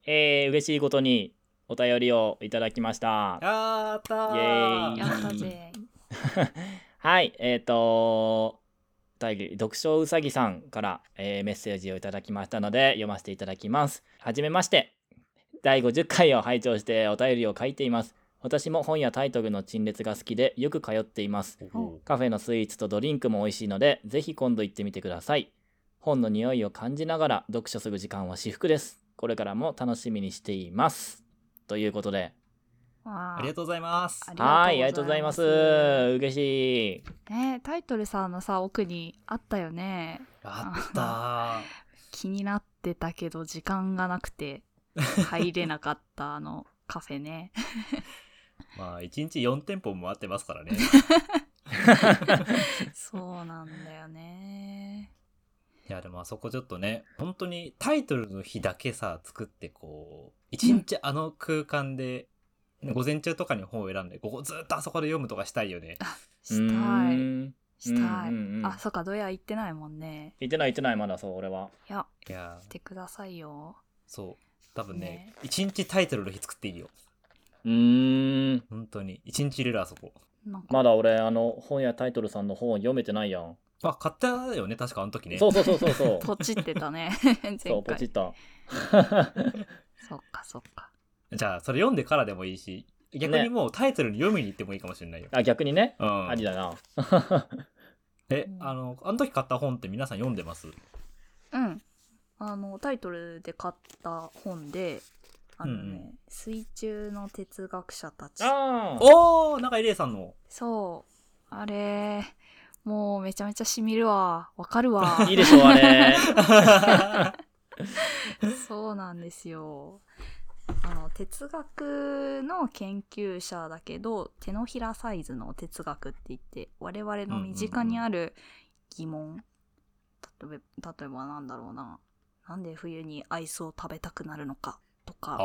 嬉しいことにお便りをいただきました。 やったー。 イエーイやったぜ。 はい、読書うさぎさんから、メッセージをいただきましたので読ませていただきます。はじめまして。第50回を拝聴してお便りを書いています。私も本やタイトルの陳列が好きでよく通っています。カフェのスイーツとドリンクも美味しいのでぜひ今度行ってみてください。本の匂いを感じながら読書する時間は至福です。これからも楽しみにしています。ということで、 あありがとうございます。 はい、ありがとうございます。嬉しい。 ね、タイトルさんのさ奥にあったよね。 あった気になってたけど時間がなくて入れなかったあのカフェね。 まあ1日4店舗も回ってますからね。 そうなんだよね。 いやでもあそこちょっとね、本当にタイトルの日だけさ作ってこう1日あの空間で、午前中とかに本を選んでここずっとあそこで読むとかしたいよね。 したいしたい、 うん。 あ、そっか、ドヤ行ってないもんね。 行ってないまだ。そう俺は。 いやいや来てくださいよ。 そう多分ねね 1日タイトルの日作っていいよ。 本当に1日入れるあそこ。 なんかまだ俺本やタイトルさんの本を読めてないやん。 あ、買ったよね確かあの時ね。 そうポチってたね前回。 そうポチったそっかそっか。 じゃあそれ読んでからでもいいし、逆にもうタイトルに読みに行ってもいいかもしれないよ。 あ、逆にね、 うんありだなあの時買った本って皆さん読んでます？ うん、タイトルで買った本で水中の哲学者たち。 おー、中井玲さんの。 そうあれもうめちゃめちゃしみるわ。わかるわ。 いいでしょあれそうなんですよ。哲学の研究者だけど手のひらサイズの哲学って言って我々の身近にある疑問、例えばなんだろうな、なんで冬にアイスを食べたくなるのかとか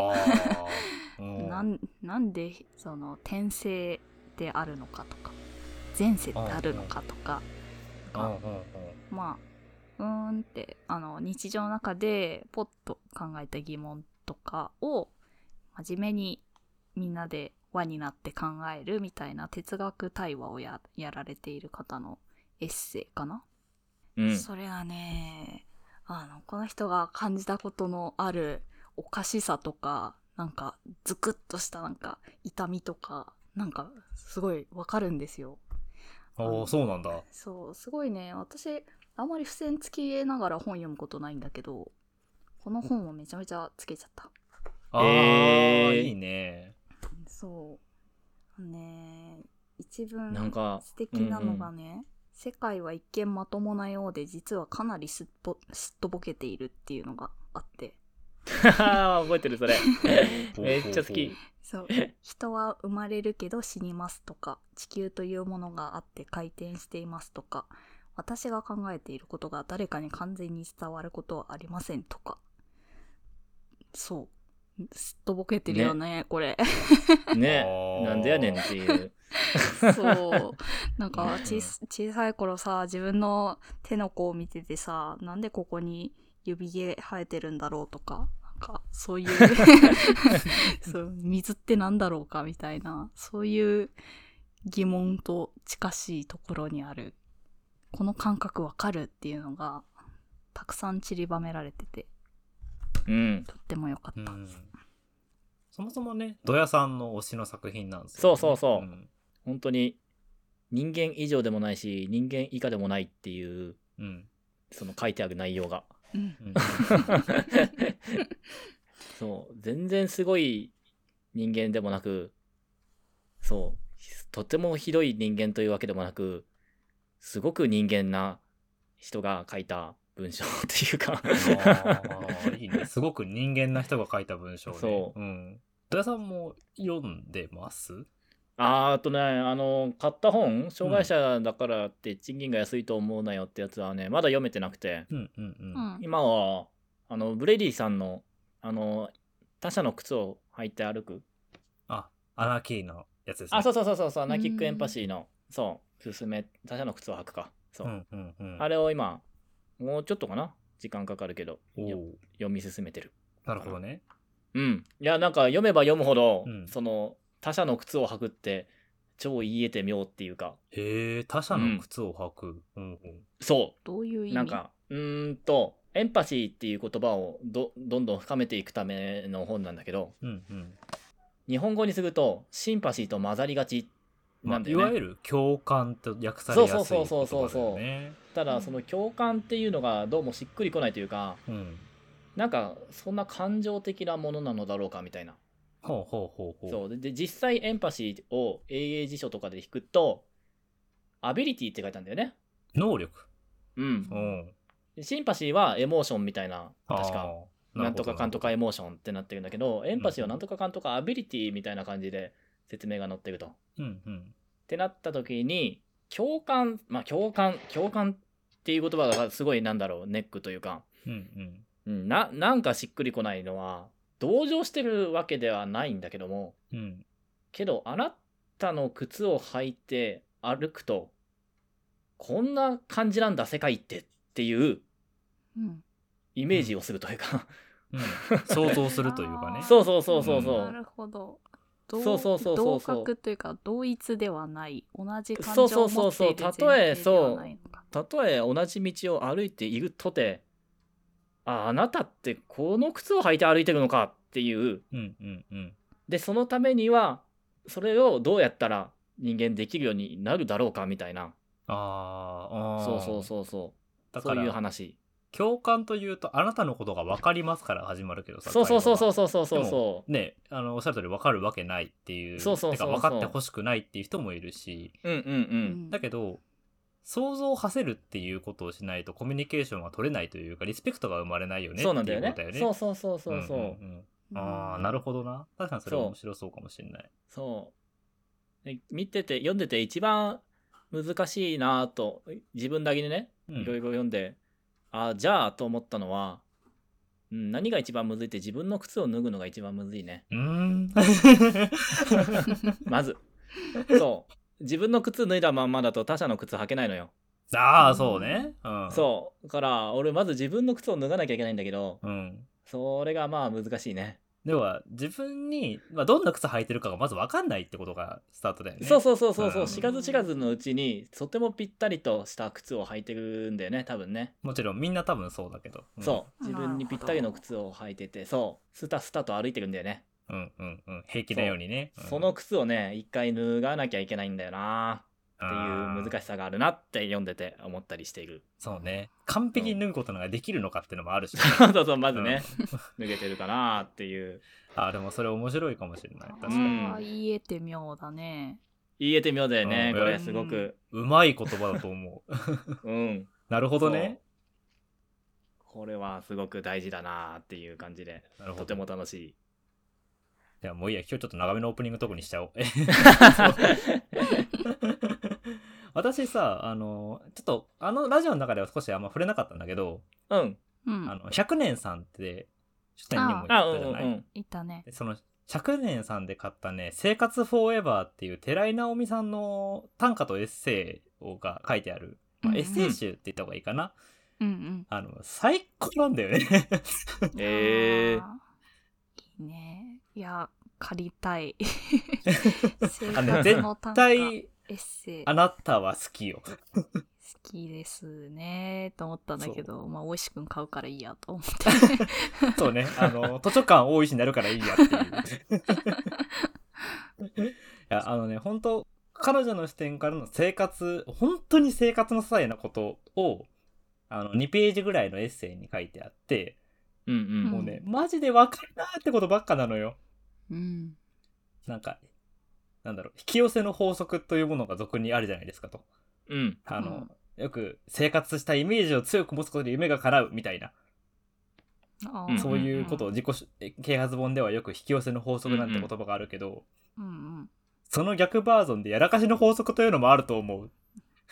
なんでその転生であるのかとか前世ってあるのかとか、まあって日常の中でポッと考えた疑問とかを真面目にみんなで輪になって考えるみたいな哲学対話をやられている方のエッセイかな、それがね、この人が感じたことのあるおかしさとか、なんかズクッとしたなんか痛みとか、なんかすごいわかるんですよ。 そうなんだ。 そう、すごいね。私あんまり付箋つけながら本読むことないんだけど、この本をめちゃめちゃつけちゃった。 いいね。 そうね、一文なんか素敵なのがね、世界は一見まともなようで実はかなりすっとぼけているっていうのがあって覚えてるそれめっちゃ好き。 そう、人は生まれるけど死にますとか、地球というものがあって回転していますとか、私が考えていることが誰かに完全に伝わることはありませんとか、そうすっとぼけてるよ ねこれね、なんでやねんっていうそうなんか小さい頃さ、自分の手の甲を見ててさ、なんでここに指毛生えてるんだろうとか、なんかそういうそう水ってなんだろうかみたいな、そういう疑問と近しいところにあるこの感覚わかるっていうのがたくさん散りばめられてて、とっても良かった。 そもそもね、ドヤさんの推しの作品なんですよね。 そう、本当に人間以上でもないし人間以下でもないっていう、その書いてある内容が、そう全然すごい人間でもなく、そうとてもひどい人間というわけでもなく、すごく人間な人が書いた文章っていうかいいね、すごく人間な人が書いた文章ね。 そう、 ドヤさんも読んでます？ あとね、買った本、障害者だからって賃金が安いと思うなよってやつはね、まだ読めてなくて、今はブレディさんの他者の靴を履いて歩く、 アナキーのやつですね。 そうアナキックエンパシーの、そう他者の靴を履くか、そう、あれを今もうちょっとかな、時間かかるけど読み進めてる。 なるほどね。 うんいやなんか読めば読むほど、 うんその他者の靴を履くって超言えて妙っていうか、 へえ、他者の靴を履く。うんうん。 そどういう意味？ うなんかエンパシーっていう言葉をどんどん深めていくための本なんだけど、 うんうん。 日本語にするとシンパシーと混ざりがちなんだよね、 いわゆる共感と訳されやすい言そうそうそう葉だそうよね。 ただその共感っていうのがどうもしっくりこないというか、 うん。 なんかそんな感情的なものなのだろうかみたいな。 ほうほうほうほう。 そうで実際エンパシーを英英辞書とかで引くとアビリティって書いてあるんだよね。 能力。 うんうん。 シンパシーはエモーションみたいな、確かあーなんとかかんとかエなるモーションってなってるんだけど、エンパシーはなんとかかんとかアビリティみたいな感じで説明が載ってると。っほどうんうん。 てなった時に共感っていう言葉がすごいなんだろうネックというか、 うんなんかしっくりこないのは同情してるわけではないんだけども、 うんけどあなたの靴を履いて歩くとこんな感じなんだ世界っていううんイメージをするというか、 うん。想像するというかね。 そうそうそうそうそう、 なるほど。 そうそうそうそう同格というか同一ではない同じ感そう情そうそうを持っていそうる前提ではないのか。 たとえ同じ道を歩いているとてあなたってこの靴を履いて歩いてるのかっていう、 うんうんうん。 でそのためにはそれをどうやったら人間できるようになるだろうかみたいな、そうそうそうそうだからそういう話。 共感というとあなたのことが分かりますから始まるけどさ、 そうそうそうそううそうそうそうでもそね、おっしゃる通り分かるわけないっていうそうそうそうそうてか分かってほしくないっていう人もいるし、 ううんだけど想像を馳せるっていうことをしないとコミュニケーションが取れないというかリスペクトが生まれないよねそうなんってだよねいうことだよね。 そうそうそうそうそう、 ああ、なるほどな。確かにそれ面白そうかもしれない。 そうで見てて読んでて一番難しいなと自分だけでねうんいろいろ読んで、じゃあと思ったのは、何が一番むずいって自分の靴を脱ぐのが一番むずいね。まずそう自分の靴脱いだまんまだと他者の靴履けないのよ。 ああ、そうね。 そうだから俺まず自分の靴を脱がなきゃいけないんだけど、 うん。 それがまあ難しいね。 では自分に、どんな靴履いてるかがまず分かんないってことがスタートだよね。 そうそうそうそうそう、 うん知らず知らずのうちにとてもぴったりとした靴を履いてるんだよね多分ね。 もちろんみんな多分そうだけど。 そう自分にぴったりの靴を履いてて、そうスタスタと歩いてるんだよね。 うんうんうん。平気なようにね。 その靴をね一回脱がなきゃいけないんだよなっていう難しさがあるなって読んでて思ったりしている。 そうね。完璧に脱ぐことができるのかっていうのもあるし、ね。 そうそうまずね、脱げてるかなっていう。 でもそれ面白いかもしれない。確かに。 言えて妙だね。 言えて妙だよね、これすごくうまい言葉だと思う。なるほどね。 これはすごく大事だなっていう感じでとても楽しい。 いやもういいや、今日ちょっと長めのオープニングトークにしちゃおう。私さ、ちょっとラジオの中では少しあんま触れなかったんだけど、100年さんって書店にも行ったじゃない。 いたね。 その100年さんで買ったね、生活フォーエバーっていう寺井直美さんの短歌とエッセイが書いてある、エッセイ集って言った方がいいかな。最高なんだよね。 いいね。いや借りたい。 絶対エッセイあなたは好きよ。 好きですねと思ったんだけど、大石くん買うからいいやと思って。 そうね、図書館大石になるからいいやっていう。いや本当彼女の視点からの本当に生活の些細なことを2ページぐらいのエッセイに書いてあって、もうねマジで分かるなってことばっかなのよ。なんかなんだろう、引き寄せの法則というものが俗にあるじゃないですかと。よく生活したイメージを強く持つことで夢が叶うみたいな、そういうことを自己啓発本ではよく引き寄せの法則なんて言葉があるけど、その逆バージョンでやらかしの法則というのもあると思う。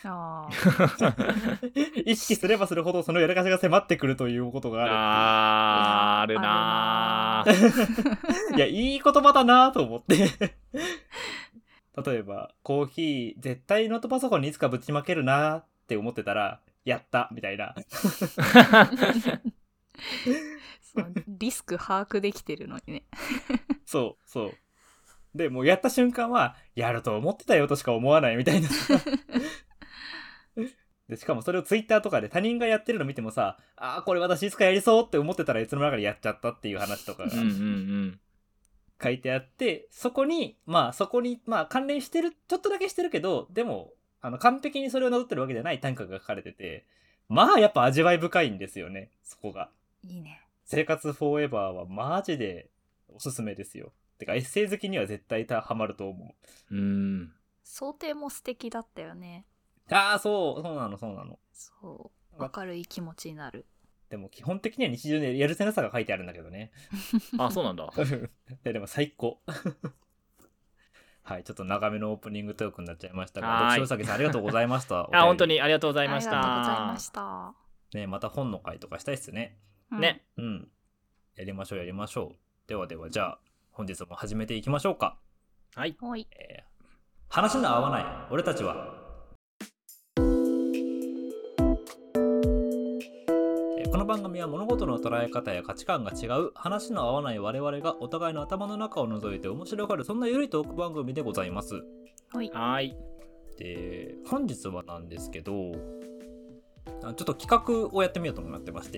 意識すればするほどそのやらかしが迫ってくるということがあるな。 いや、いい言葉だなと思って例えばコーヒー絶対ノートパソコンにいつかぶちまけるなって思ってたらやったみたいな。 リスク把握できてるのにね。 そうそう。でもうやった瞬間はやると思ってたよとしか思わないみたいなさでしかもそれをツイッターとかで他人がやってるの見てもさ、これ私いつかやりそうって思ってたらいつの間にかでやっちゃったっていう話とかが書いてあって、そこに関連してる、ちょっとだけしてるけど、でも完璧にそれをなぞってるわけじゃない短歌が書かれてて、やっぱ味わい深いんですよね、そこが。 いいね。 生活フォーエバーはマジでおすすめですよ。てかエッセイ好きには絶対ハマると思う。 想定も素敵だったよね。 そうなの。 そう、明るい気持ちになる。 でも基本的には日常でやるせなさが書いてあるんだけどね。 そうなんだ。 でも最高。はい、ちょっと長めのオープニングトークになっちゃいましたが、塩崎さんありがとうございました。 本当にありがとうございました。 ありがとうございました。 ね、また本の会とかしたいっすね。 ね。 やりましょう。ではじゃあ本日も始めていきましょうか。 はい。 話の合わない俺たちは。この番組は物事の捉え方や価値観が違う話の合わない我々がお互いの頭の中を覗いて面白がる、そんなゆるいトーク番組でございます。 はい。 で、本日はなんですけど、ちょっと企画をやってみようと思ってまして、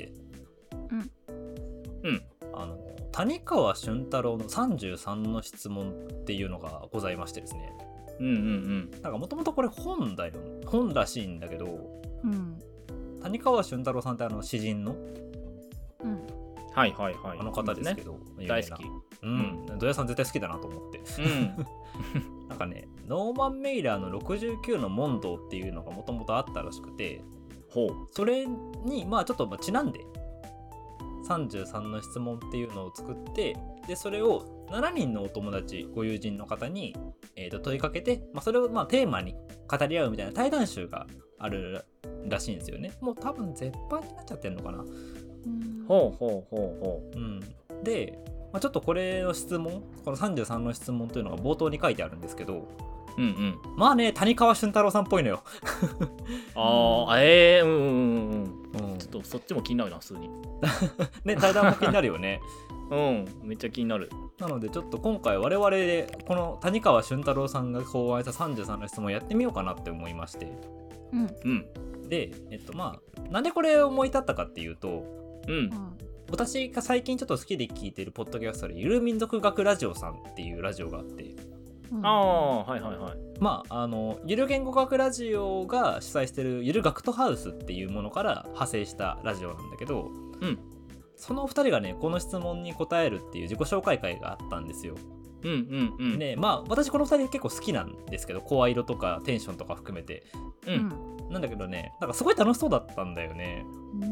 谷川俊太郎の33の質問っていうのがございましてですね。なんかもともとこれ本らしいんだけど、谷川俊太郎さんって詩人の、 はいあの方ですけど、 大好き。 土屋さん絶対好きだなと思って。なんかね、ノーマン・メイラーの69の問答っていうのがもともとあったらしくて、それにちょっとちなんで33の質問っていうのを作って、でそれを7人のお友達ご友人の方に、問いかけて、それをテーマに語り合うみたいな対談集があるらしいんですよね。もう多分絶版になっちゃってるのかな。で、ちょっとこれの質問、この33の質問というのが冒頭に書いてあるんですけど、谷川俊太郎さんっぽいのよ。 ちょっとそっちも気になるな、普通に。 ね、対談も気になるよね。 めっちゃ気になる。 なのでちょっと今回我々でこの谷川俊太郎さんが考案した33の質問をやってみようかなって思いまして。で、なんでこれを思い立ったかっていうと、私が最近ちょっと好きで聞いてるポッドキャストでゆる民族学ラジオさんっていうラジオがあって、ゆる言語学ラジオが主催してるゆる学徒ハウスっていうものから派生したラジオなんだけど、その2人がねこの質問に答えるっていう自己紹介会があったんですよ。で私この2人結構好きなんですけど、声色とかテンションとか含めて、なんだけどね、なんかすごい楽しそうだったんだよね。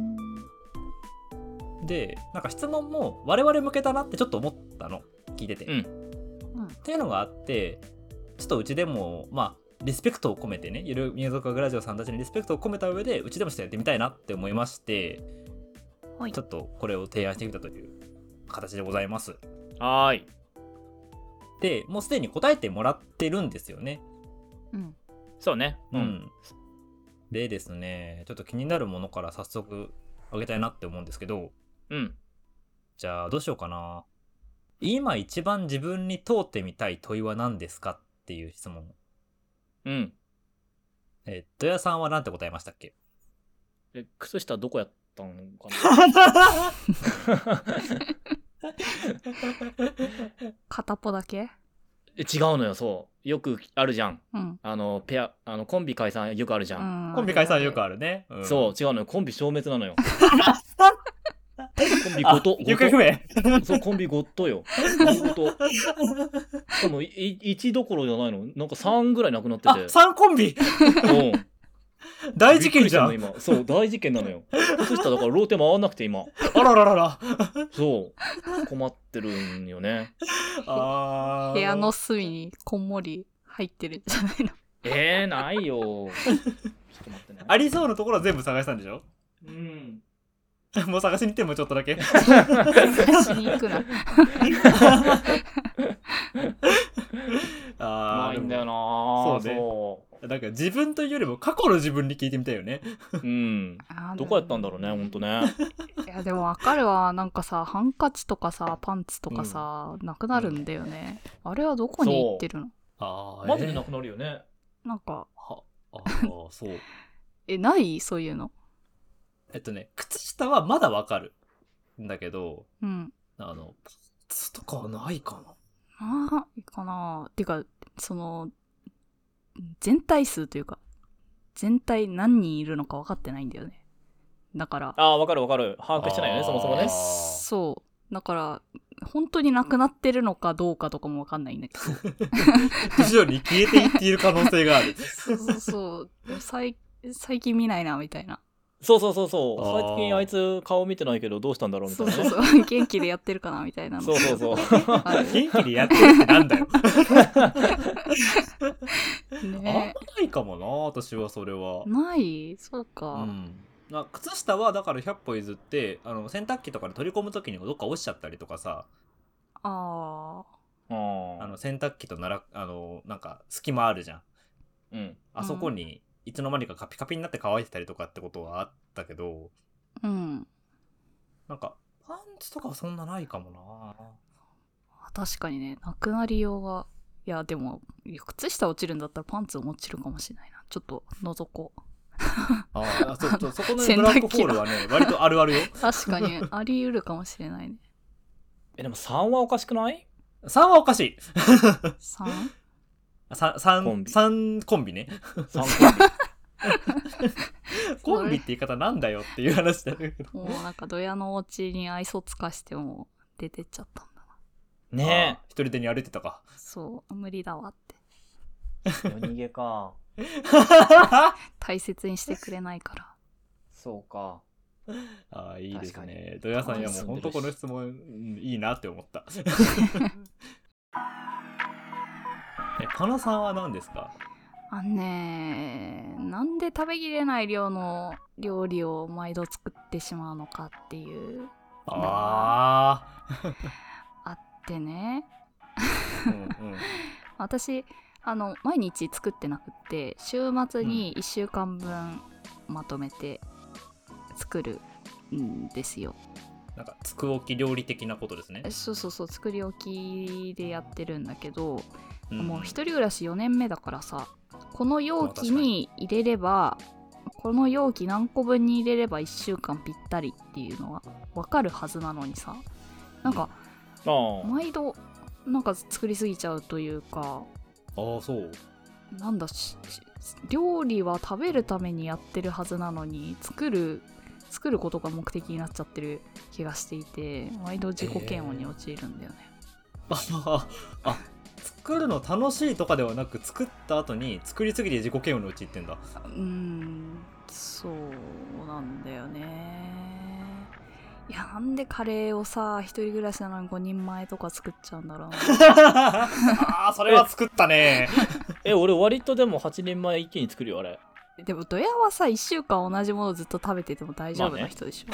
でなんか質問も我々向けだなってちょっと思ったの、聞いてて、っていうのがあって、ちょっとうちでもリスペクトを込めてね、ゆる民族学ラジオさんたちにリスペクトを込めた上でうちでもちょっとやってみたいなって思いまして、ちょっとこれを提案してみたという形でございます。でもうすでに答えてもらってるんですよね。 そうね。 でですね、ちょっと気になるものから早速あげたいなって思うんですけど、じゃあどうしようかな。今一番自分に問うてみたい問いは何ですかっていう質問。土屋さんは何て答えましたっけ？ 靴下どこやったのかな。 片っぽだけ？ 違うのよ。そうよくあるじゃん、コンビ解散よくあるじゃん、 コンビ解散よくあるね、 そう違うのよ、コンビ消滅なのよ。コンビごと行方不明。 そう、コンビごとよ。ごと。しかも1どころじゃないの、なんか3ぐらいなくなってて。 3コンビ。大事件じゃん。 今そう大事件なのよ。そしたらだからローテ回んなくて今。 あらららら。 そう困ってるんよね。 部屋の隅にこんもり入ってるんじゃないの？ ないよ。ちょっと待ってね。 ありそうなところは全部探したんでしょ？もう探しに行ってもちょっとだけ。 探しに行くな。 いいんだよな。 そうね。だなんか自分というよりも過去の自分に聞いてみたいよね。 どこやったんだろうね、ほんとね。 いやでもわかるわ。なんかさ、ハンカチとかさ、パンツとかさ、なくなるんだよね。あれはどこに行ってるの？ マジでなくなるよね。 なんかそうないそういうの。 靴下はまだわかるんだけど、 パンツとかはないかな。ないかな。てかその全体数というか全体何人いるのか分かってないんだよね。だからわかる把握してないよね、そもそもね。 そうだから本当になくなってるのかどうかとかも分かんないんだけど徐々に消えていっている可能性がある。 そう最近見ないなみたいな。 そう最近あいつ顔見てないけどどうしたんだろうみたいな、ね、 そう元気でやってるかなみたいなの。 そう元気でやってるってなんだよね。 ないかもな、私はそれは。 ないそうか、 靴下はだから100歩譲って洗濯機とかで取り込む時にどっか落ちちゃったりとかさ、洗濯機となんか隙間あるじゃん、あそこにいつの間にかカピカピになって乾いてたりとかってことはあったけど、なんかパンツとかはそんなないかもな。 確かにね、なくなりようが。いやでも靴下落ちるんだったらパンツも落ちるかもしれないな。ちょっと覗こう。 そこのブラックホールはね割とあるあるよ。 確かにあり得るかもしれないね。 でも3はおかしくない？ 3 はおかしい。 3 コンビね。コンビって言い方なんだよっていう話だけど、 もうなんかドヤのお家に愛想つかしても出てっちゃったんだな。ねえ、一人でに歩いてたか。 そう無理だわって。 夜逃げか。 大切にしてくれないから。 そうか。 いいですね。ドヤさん、いやもう本当この質問いいなって思った。かなさんは何ですか？ なんで食べきれない量の料理を毎度作ってしまうのかっていうあってね。私毎日作ってなくって週末に1週間分まとめて作るんですよ。 なんか作置き料理的なことですね。 そう作り置きでやってるんだけど、もう一人暮らし4年目だからさ、この容器に入れればこの容器何個分に入れれば1週間ぴったりっていうのは分かるはずなのにさ、なんか毎度なんか作りすぎちゃうというか、 そうなんだ料理は食べるためにやってるはずなのに作ることが目的になっちゃってる気がしていて、毎度自己嫌悪に陥るんだよね。 作るの楽しいとかではなく、作った後に作りすぎて自己嫌悪に陥ってんだ。 そうなんだよね。いやなんでカレーをさ一人暮らしなのに5人前とか作っちゃうんだろうな。 それは作ったね。 俺割とでも8人前一気に作るよあれ。 でもドヤはさ1週間同じものをずっと食べてても大丈夫な人でしょ。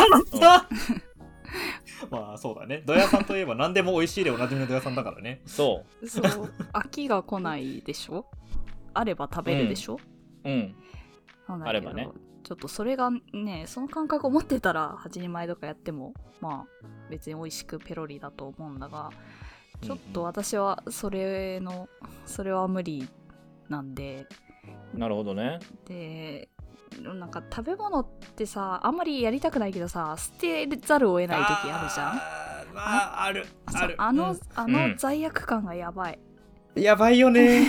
まあそうだね。ドヤさんといえば何でも美味しいでおなじみのドヤさんだからね。 そう飽きが来ないでしょ。あれば食べるでしょ。 あればね。 ちょっとそれがね、その感覚を持ってたら8人前とかやってもまあ別に美味しくペロリだと思うんだが、ちょっと私はそれは無理なんで。 なるほどね。 でなんか食べ物ってさあんまりやりたくないけどさ捨てざるを得ない時あるじゃん。 あるあの罪悪感がやばい。 やばいよね。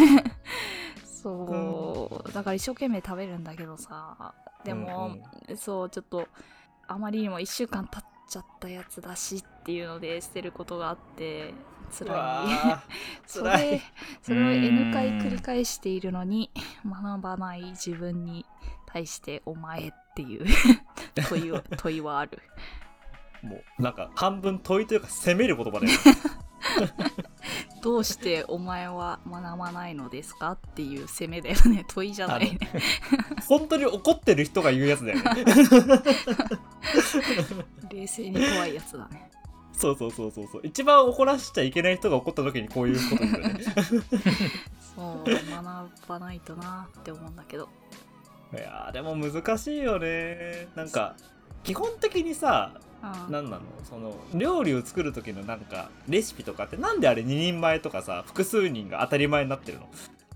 そうだから一生懸命食べるんだけどさ、でも、そうちょっとあまりにも1週間経っちゃったやつだしっていうので捨てることがあって辛い。それを N 回繰り返しているのに学ばない自分に対してお前っていう問いはある。 もうなんか半分問いというか責める言葉だよ。 どうしてお前は学ばないのですかっていう責めだよね。問いじゃないね。 本当に怒ってる人が言うやつだよね。 冷静に怖いやつだね。 そう一番怒らしちゃいけない人が怒った時にこういうこと言うよねそう学ばないとなって思うんだけど。 いやでも難しいよね。なんか基本的にさ、なんなのその料理を作る時のなんかレシピとかってなんであれ2人前とかさ複数人が当たり前になってるの？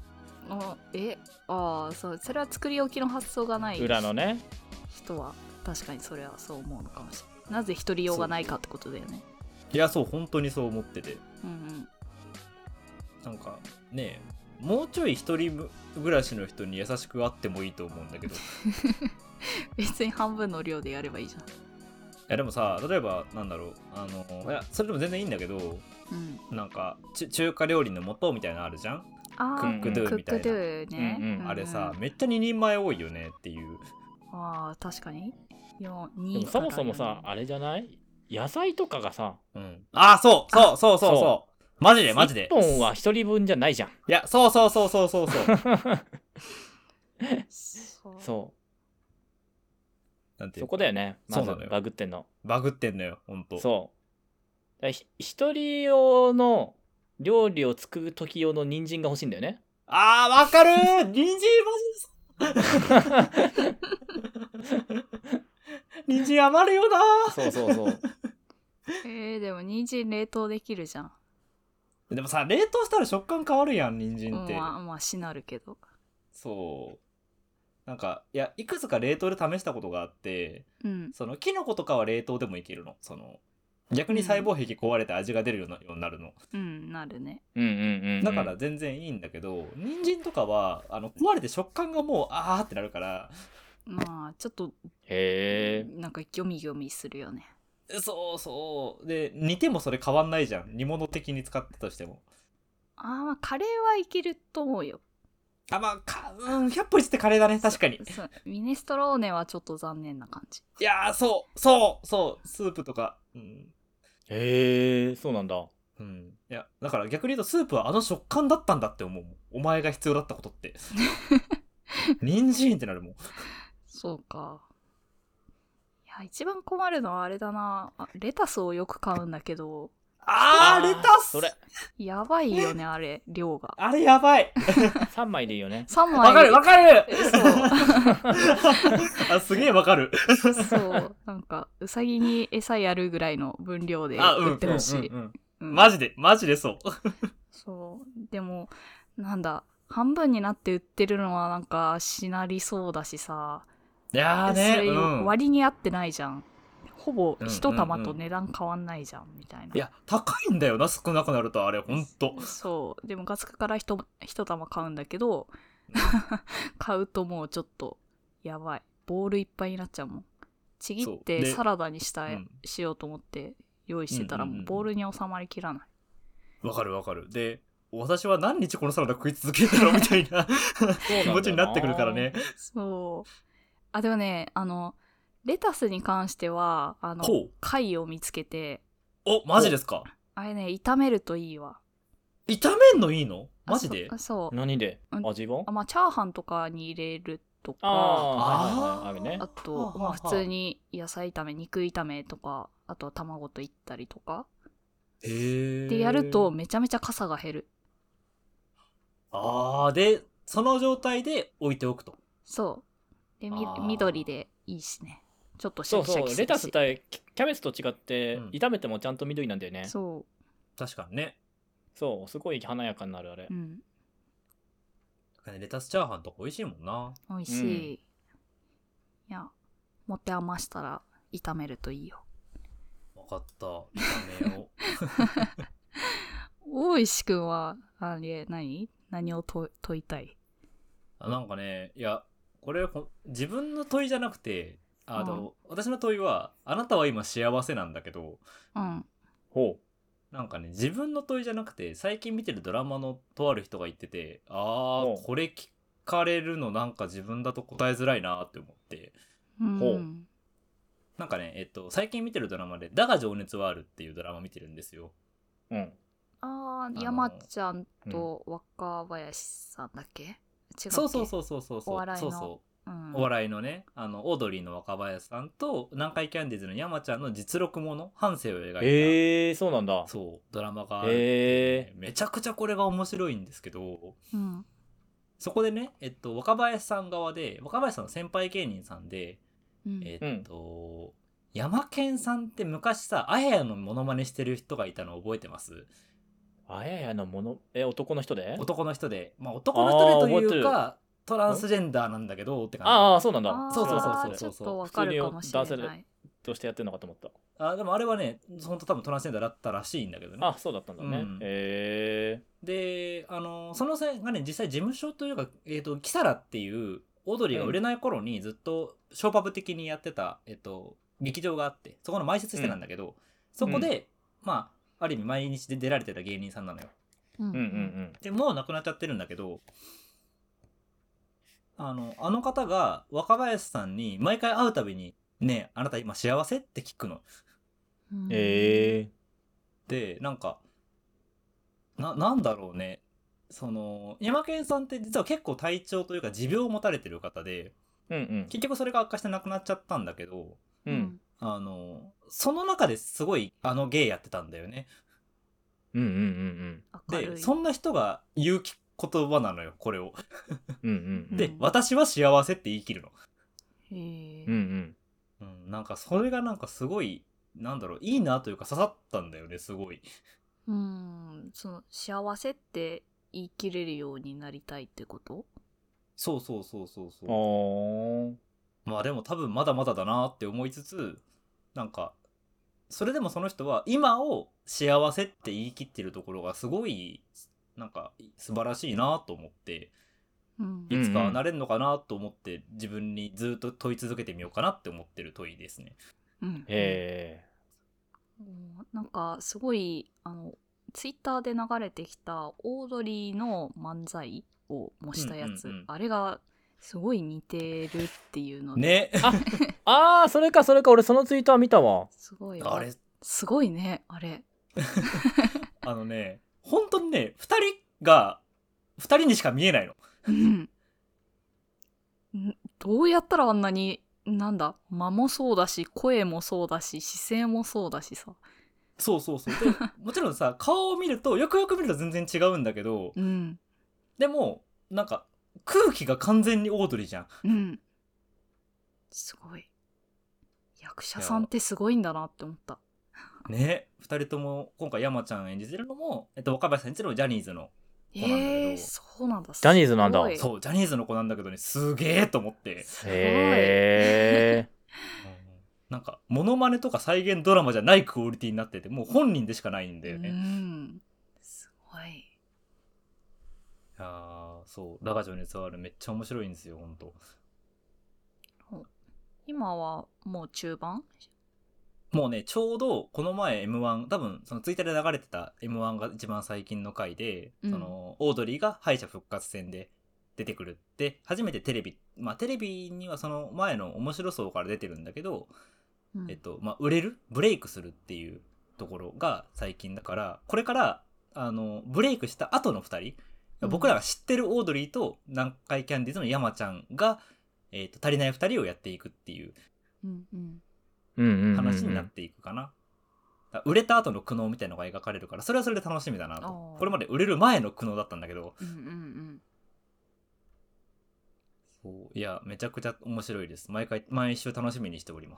そうそれは作り置きの発想がない裏のね人は確かにそれはそう思うのかもしれない。なぜ一人用がないかってことだよね。 いやそう本当にそう思ってて、 うんなんかねもうちょい一人暮らしの人に優しくあってもいいと思うんだけど別に半分の量でやればいいじゃん。 いやでもさ例えばなんだろういやそれでも全然いいんだけど、なんか中華料理の素みたいなのあるじゃん。クックドゥみたいな、 クックドゥね、 あれさめっちゃ2人前多いよねっていう。 確かにでもそもそもさあれじゃない？野菜とかがさ、 そうマジで 1本は1人分じゃないじゃん。 いやそうそうなんてそこだよね。まずバグってんのよほんと。 そう一人用の料理を作る時用の人参が欲しいんだよね。 わかる人参マジで人参余るよな。 そうでも人参冷凍できるじゃん。 でもさ冷凍したら食感変わるやん人参って。 まあしなるけど。 そうなんかいくつか冷凍で試したことがあって、そのキノコとかは冷凍でもいけるの。その逆に細胞壁壊れて味が出るようになるの。 なるね。 だから全然いいんだけど、人参とかは壊れて食感がもうってなるから、 まあちょっとなんかギョミギョミするよね。 そうで煮てもそれ変わんないじゃん煮物的に使ったとしても。 まあカレーはいけると思うよ。 100歩譲ってカレーだね確かに。 ミネストローネはちょっと残念な感じ。 いやそうスープとか。 そうなんだ。 いやだから逆に言うとスープは食感だったんだって思う。お前が必要だったことって人参ってなるもん。 そうか。いや一番困るのはあれだな。レタスをよく買うんだけど。 レタスそれやばいよねあれ量が。 あれやばい 3枚でいいよね。 3枚わかるそうすげえわかるそうなんかうさぎに餌やるぐらいの分量で売ってほしい。 マジでそうでもなんだ半分になって売ってるのはなんかしなりそうだしさ。 いやねそれ割に合ってないじゃん。ほぼ一玉と値段変わんないじゃんみたいな。 いや高いんだよな少なくなるとあれほんと。 そうでもガスクから一玉買うんだけど買うともうちょっとやばいボールいっぱいになっちゃうもん。ちぎってサラダにしようと思って用意してたらもうボールに収まりきらない。 わかる。で私は何日このサラダ食い続けるんだろうみたいな気持ちになってくるからね。 そうでもねレタスに関しては貝を見つけて。 マジですか？ あれね炒めるといいわ。 炒めんのいいの？マジで？ そう何で？味は？ まあチャーハンとかに入れるとかあとまあ普通に野菜炒め肉炒めとかあとは卵といったりとかでやるとめちゃめちゃかさが減る。 でその状態で置いておくと。 そうで緑でいいしね。ちょっとシャキシャキするし。 レタスってキャベツと違って、炒めてもちゃんと緑なんだよね。 確かにね。 すごい華やかになるあれ。 レタスチャーハンとか美味しいもんな。 美味しい。いや持って余したら炒めるといいよ。 分かった炒めよう。大石くんはあれ何を問いたい？ なんかねいやこれ自分の問いじゃなくて私の問いはあなたは今幸せなんだけど、なんかね自分の問いじゃなくて最近見てるドラマのとある人が言っててこれ聞かれるのなんか自分だと答えづらいなって思って、なんかね最近見てるドラマで「だが情熱はある」っていうドラマ見てるんですよ。 山ちゃんと若林さんだっけ？違うっけ？ そうお笑いのお笑いのねオードリーの若林さんと南海キャンディーズの山ちゃんの実録もの半生を描いたそうなんだ。 そうドラマがあるってめちゃくちゃこれが面白いんですけど、そこでね、若林さん側で若林さんの先輩芸人さんで、山健さんって昔さあややのモノマネしてる人がいたの覚えてます？ あややの男の人で？ 男の人で、まあ男の人でというかトランスジェンダーなんだけどって感じ。 ああそうなんだ。 そうちょっとわかるかもしれない。 普通に男性としてやってるのかと思った。 でもあれはね本当多分トランスジェンダーだったらしいんだけどね。 あそうだったんだね。 でその線がね実際事務所というかキサラっていうオードリーが売れない頃にずっとショーパブ的にやってた劇場があってそこの埋設してなんだけど、そこでまあある意味毎日で出られてた芸人さんなのよ。でもう亡くなっちゃってるんだけどあの方が若林さんに毎回会うたびに「ねえあなた今幸せ?」って聞くの。でなんかなんだろうねヤマケンさんって実は結構体調というか持病を持たれてる方で、結局それが悪化して亡くなっちゃったんだけど、その中ですごい芸やってたんだよね。でそんな人が言う言葉なのよこれを。で私は幸せって言い切るの。なんかそれがなんかすごいなんだろういいなというか刺さったんだよねすごい。 その幸せって言い切れるようになりたいってこと？ そうまあでも多分まだまだだなって思いつつなんかそれでもその人は今を幸せって言い切ってるところがすごいなんか素晴らしいなと思って、いつかなれるのかなと思って自分にずっと問い続けてみようかなって思ってる問いですね。 なんかすごいツイッターで流れてきたオードリーの漫才を模したやつ、あれがすごい似てるっていうのでねそれか俺そのツイートは見たわ。 すごいあれすごいねあれ本当にね2人にしか見えないの。 どうやったらあんなになんだ間もそうだし声もそうだし姿勢もそうだしさ。 そうでもちろんさ顔を見るとよくよく見ると全然違うんだけど、でもなんか空気が完全にオードリーじゃん。 すごい役者さんってすごいんだなって思ったね。2人とも今回山ちゃん演じてるのも、若林さん演じてるのもジャニーズの子なんだけど、 そうなんだ。 ジャニーズなんだ。 そうジャニーズの子なんだけどねすげえと思って。なんかモノマネとか再現ドラマじゃないクオリティになっててもう本人でしかないんだよね。 すごい。 いやそうラガジョに伝わるめっちゃ面白いんですよ本当。 今はもう中盤？ もうねちょうどこの前 M1 多分そのツイッターで流れてた M1 が一番最近の回で、そのオードリーが敗者復活戦で出てくるって初めてテレビにはその前の面白そうから出てるんだけど、売れるブレイクするっていうところが最近だからこれからブレイクした後の2人、僕らが知ってるオードリーと南海キャンディーズの山ちゃんが、足りない2人をやっていくっていう話になっていくかな。売れた後の苦悩みたいなのが描かれるからそれはそれで楽しみだなと。これまで売れる前の苦悩だったんだけど、そういやめちゃくちゃ面白いです。毎週楽しみにしております。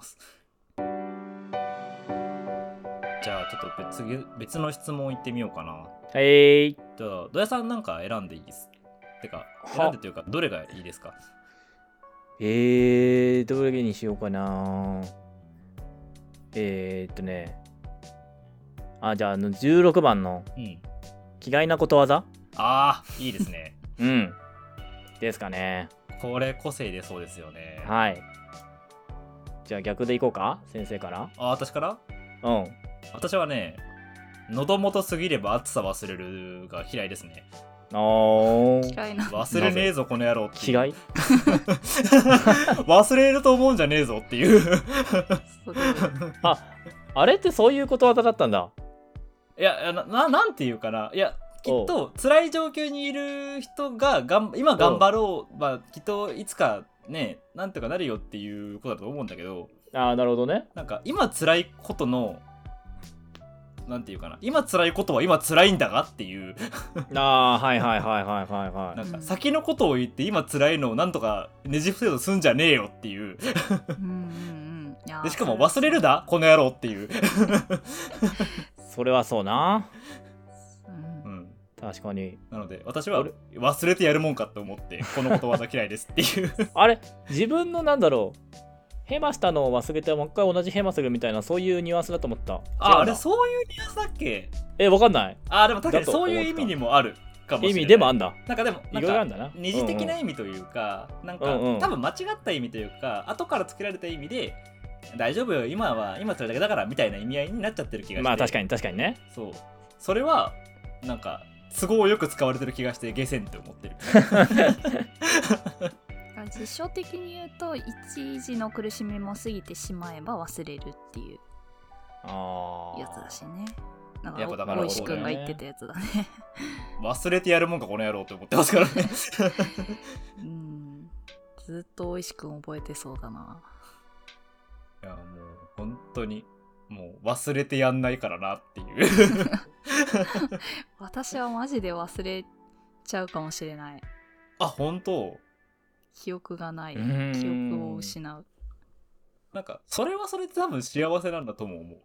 じゃあちょっと別の質問いってみようかな。じゃあ土屋さんなんか選んでいいですてか選んでというかどれがいいですか？ どれにしようかな。じゃあ16番の気概なことわざ。 いいですね。 ですかね。 これ個性出そうですよね。 はい。じゃあ逆でいこうか先生から。 私から？私はね喉元すぎれば暑さ忘れるが嫌いですね。 嫌いな。 忘れねえぞこの野郎って嫌い忘れると思うんじゃねえぞっていうあれってそういうことわざだったんだ。 いやなんていうかな。いやきっと辛い状況にいる人が今頑張ろう、きっといつかねなんとかなるよっていうことだと思うんだけど、 ああなるほどね。 なんか今辛いことのなんていうかな、今辛いことは今辛いんだがっていうああはいはいはいはいはいはい。 なんか先のことを言って今辛いのをなんとかねじ伏せようとすんじゃねえよっていうでしかも忘れるだこの野郎っていうそれはそうな。 うん、 確かに。 なので私は忘れてやるもんかと思ってこのことわざ嫌いですっていうあれ自分のなんだろうヘマしたのを忘れてもう一回同じヘマするみたいなそういうニュアンスだと思った。 あれそういうニュアンスだっけ。 わかんない。 でも確かにそういう意味にもあるかもしれない。 意味でもあんだ。 なんかでもいろいろあるんだな。 二次的な意味というか、なんか、多分間違った意味というか後からつけられた意味で大丈夫よ今それだけだからみたいな意味合いになっちゃってる気がして。 まあ確かにね。 そうそれはなんか都合よく使われてる気がして下船って思ってる実証的に言うと一時の苦しみも過ぎてしまえば忘れるっていうやつだしね。だから大石くんが言ってたやつだね忘れてやるもんかこの野郎って思ってますからねずっと大石くん覚えてそうだな。 いやもう本当にもう忘れてやんないからなっていう私はマジで忘れちゃうかもしれない。 本当記憶がない。記憶を失う。 なんかそれはそれで多分幸せなんだとも思う。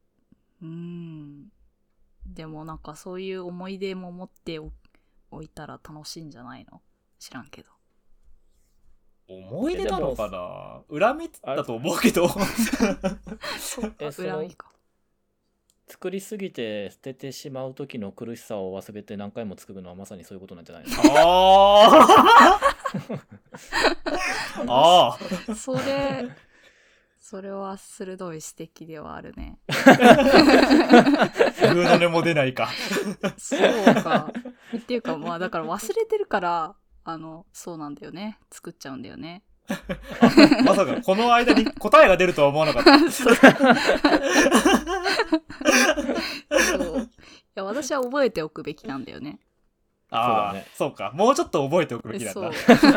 でもなんかそういう思い出も持っておいたら楽しいんじゃないの？知らんけど。 思い出なのかな？恨みだと思うけど恨みか。 作りすぎて捨ててしまう時の苦しさを忘れて何回も作るのはまさにそういうことなんじゃないですか。 それは鋭い指摘ではあるね。 グーの音も出ないか。 そうか。っていうかまあだから忘れてるからそうなんだよね。作っちゃうんだよね。 まさかこの間に答えが出るとは思わなかったそういや私は覚えておくべきなんだよね。 そうかもうちょっと覚えておくべきなんだ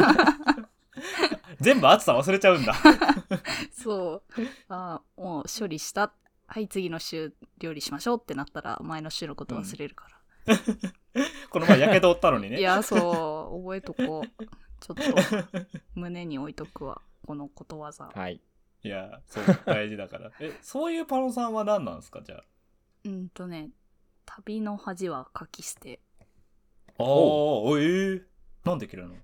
全部暑さ忘れちゃうんだそうもう処理したはい次の週料理しましょうってなったら前の週のこと忘れるから、 この前やけど負ったのにね。 いやそう覚えとこう。ちょっと胸に置いとくわこのことわざ。 はい。 いやそう大事だからそういうパロさんは何なんですかじゃあ。 旅の恥はかき捨て。 なんで嫌いなの？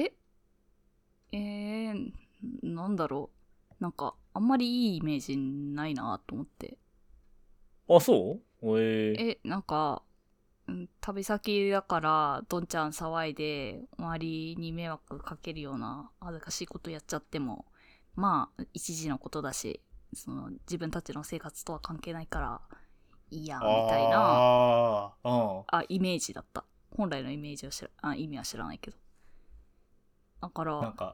なんだろうなんかあんまりいいイメージないなと思って。 そう？ なんか旅先だからどんちゃん騒いで周りに迷惑かけるような恥ずかしいことやっちゃってもまあ一時のことだし自分たちの生活とは関係ないからいいやみたいなイメージだった。本来のイメージを意味は知らないけどだからなんか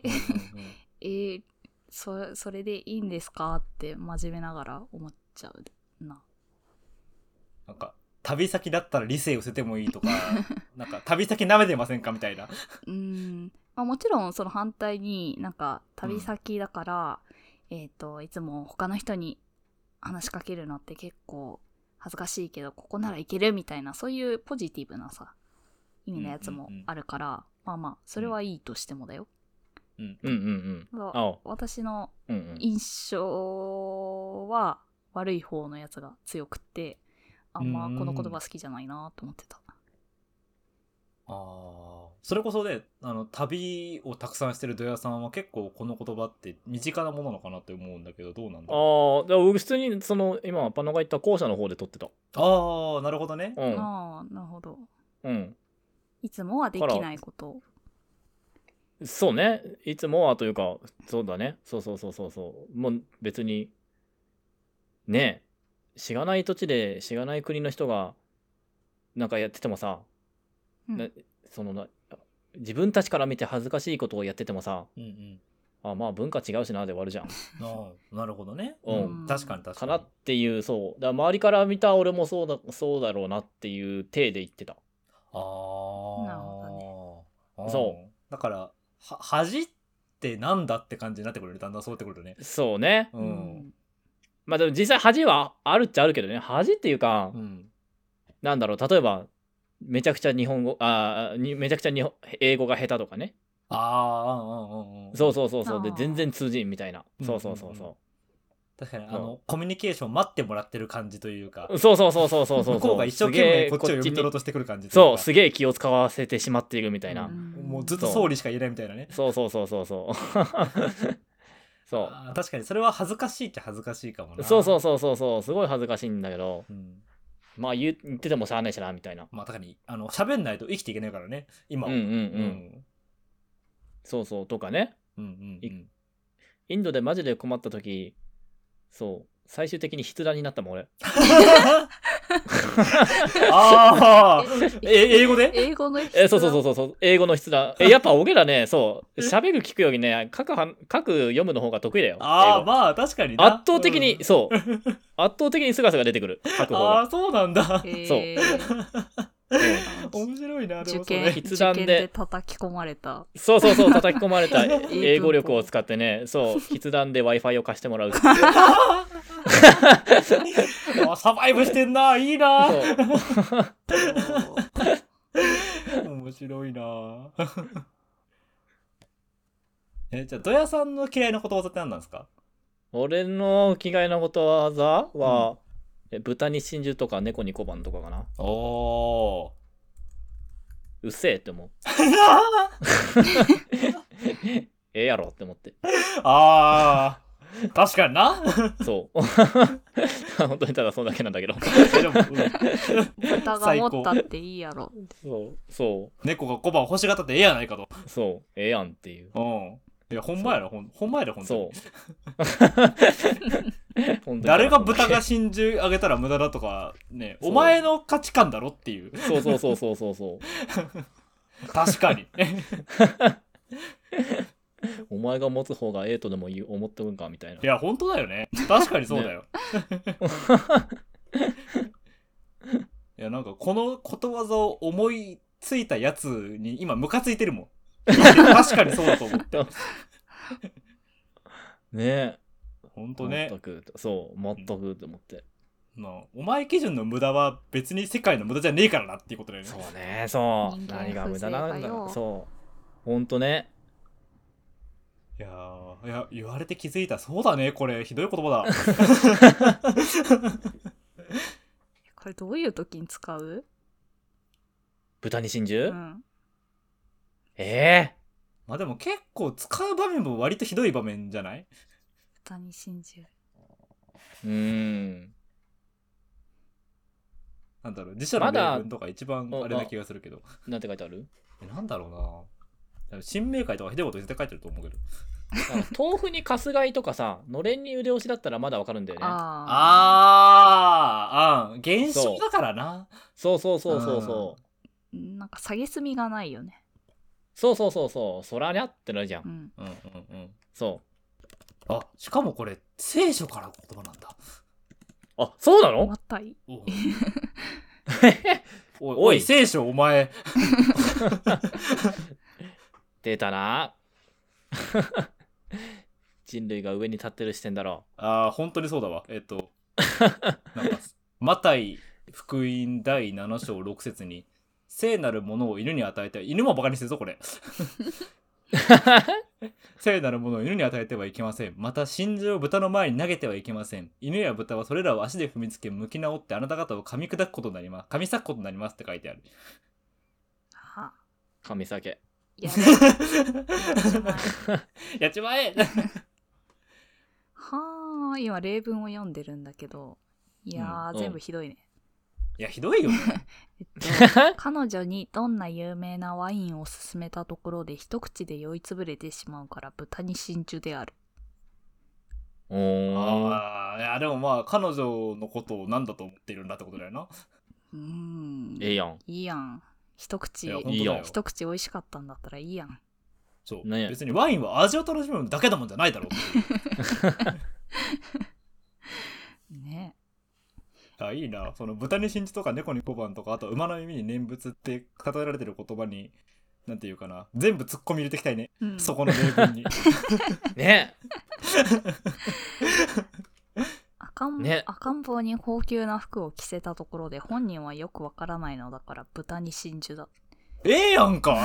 それでいいんですかって真面目ながら思っちゃうな。 なんか旅先だったら理性を捨ててもいいとかなんか旅先舐めてませんかみたいなもちろんその反対になんか旅先だから、いつも他の人に話しかけるのって結構恥ずかしいけどここならいけるみたいなそういうポジティブなさ意味のやつもあるから、まあそれはいいとしてもだよ。私の印象は悪い方のやつが強くってあんまこの言葉好きじゃないなと思ってた。 それこそね旅をたくさんしてるドヤさんは結構この言葉って身近なものなのかなって思うんだけどどうなんだろう。 だから普通に今パノが言った後者の方で撮ってた。 なるほどね。 なるほど。いつもはできないこと。 そうねいつもはというかそうだねそうもう別にねしがない土地でしがない国の人がなんかやっててもさ、自分たちから見て恥ずかしいことをやっててもさ、まあ文化違うしなで終わるじゃん。 なるほどね。確かにかなっていうそうだ周りから見た俺もそうだろうなっていう体で言ってた。 なるほどね。 そうだから恥っってなんだって感じになってくるね。だんだんそうやってくるとね。 そうね。 まあでも実際恥はあるっちゃあるけどね。恥っていうか、なんだろう、例えばめちゃくちゃ日本語めちゃくちゃ英語が下手とかね。そうで全然通じんみたいな。そう確かにコミュニケーション待ってもらってる感じというか、 そう向こうが一生懸命こっちを読み取ろうとしてくる感じ。 そうすげえ気を使わせてしまっているみたいな。 もうずっと総理しか言えないみたいなね。 そう確かにそれは恥ずかしいっちゃ恥ずかしいかもな。 そうすごい恥ずかしいんだけど、まあ言っててもしゃあないしなみたいな。 まあ確かに喋んないと生きていけないからね今は。 そうとかね。インドでマジで困った時、そう最終的に筆談になったもん俺。 英語で？ 英語の筆談。 そう英語の筆談。やっぱ俺らね、そう喋る聞くよりね、書く読むの方が得意だよ。 まあ確かにな。 圧倒的にそう圧倒的にすが出てくる書く方が。 そうなんだ。 そう面白いな。でも受験で叩き込まれた。 そう叩き込まれた英語力を使ってね、そう筆談で Wi-Fi を貸してもらう。 サバイブしてんな。いいな。面白いな。じゃあドヤさんの嫌いなことわざって何なんですか？ 俺の嫌いなことわざは、豚に真珠とか猫に小判とかかな。うっせえって思う。ええやろって思って。 確かにな。 そう本当にただそんだけなんだけど。 豚が持ったっていいやろ。 そう猫が小判欲しがったってええやないかと。 そうええやんっていう。 いやほんまやろ、ほんまやで、ほんとに。 そう誰が豚が真珠あげたら無駄だとかね、お前の価値観だろっていう。 そう確かに。 お前が持つ方がええとでも思ってるんかみたいな。 いや本当だよね。確かにそうだよ。いやなんかこのことわざを思いついたやつに今ムカついてるもん。確かにそうだと思って。 ねえ。 ほんとね。 全くって思って。 お前基準の無駄は別に世界の無駄じゃねえからなっていうことだよね。 そうね、何が無駄なんだろう。そうほんとね。 いや言われて気づいた。そうだね、これひどい言葉だ。 これどういう時に使う？ 豚に真珠？ まあでも結構使う場面も割とひどい場面じゃない？ 豚に真珠。 なんだろう、辞書の例文とか一番あれな気がするけど。 なんて書いてある？ なんだろうな。新明解とかひどいこと絶対書いてると思うけど。 豆腐にかすがいとかさ、のれんに腕押しだったらまだわかるんだよね。 現象だからな。 そうなんか下げすみがないよね。 そうそらにゃってなるじゃん。そうしかもこれ聖書からの言葉なんだ。 そうなの？ またい。 おい聖書お前。 出たな。人類が上に立ってる視点だろう。 本当にそうだわ。なんかマタイ福音第7章6節に聖なるものを犬に与えて、犬もバカにしてるぞこれ。聖なるものを犬に与えてはいけません。また真珠を豚の前に投げてはいけません。犬や豚はそれらを足で踏みつけ向き直ってあなた方を噛み裂くことになります。噛み裂くことになりますって書いてある。 噛み裂け。 やっちまえ。 今例文を読んでるんだけど、いや全部ひどいね。 いやひどいよね。 彼女にどんな有名なワインを勧めたところで一口で酔いつぶれてしまうから豚に真珠である。 いやでもまあ彼女のことを何だと思っているんだってことだよな。 いいやん。 いいやん。一口美味しかったんだったらいいやん。 そう、ね、別にワインは味を楽しむだけだもんじゃないだろう。 ね。 いいな。その豚に真珠とか猫に小判とか、あと馬の耳に念仏って例えられてる言葉になんていうかな、全部突っ込み入れていきたいね、 うん、 そこの例文にね赤ん坊に高級な服を着せたところで本人はよくわからないのだから豚に真珠だ。 やんか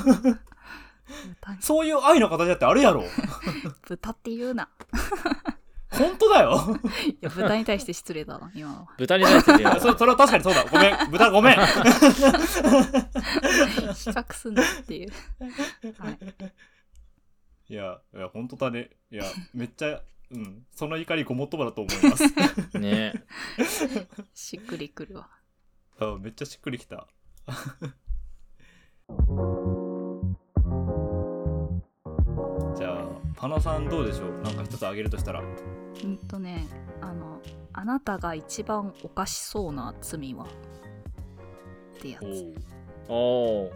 そういう愛の形だってあるやろ豚って言うな本当だよいや豚に対して失礼だな今は。 豚に対してねそれは確かにそうだ、ごめん豚ごめん比較すんなっていう、はい、 いや本当だね。いやめっちゃその怒りごもっともだと思いますね。 しっくりくるわ。 めっちゃしっくりきたじゃあパナさんどうでしょう。なんか一つあげるとしたら。 ね、あなたが一番おかしそうな罪はってやつ。 お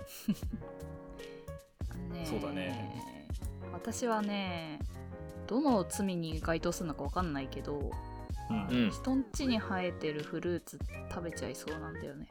ね、 そうだね。 私はね、どの罪に該当するのか分かんないけど、人ん家に生えてるフルーツ食べちゃいそうなんだよね。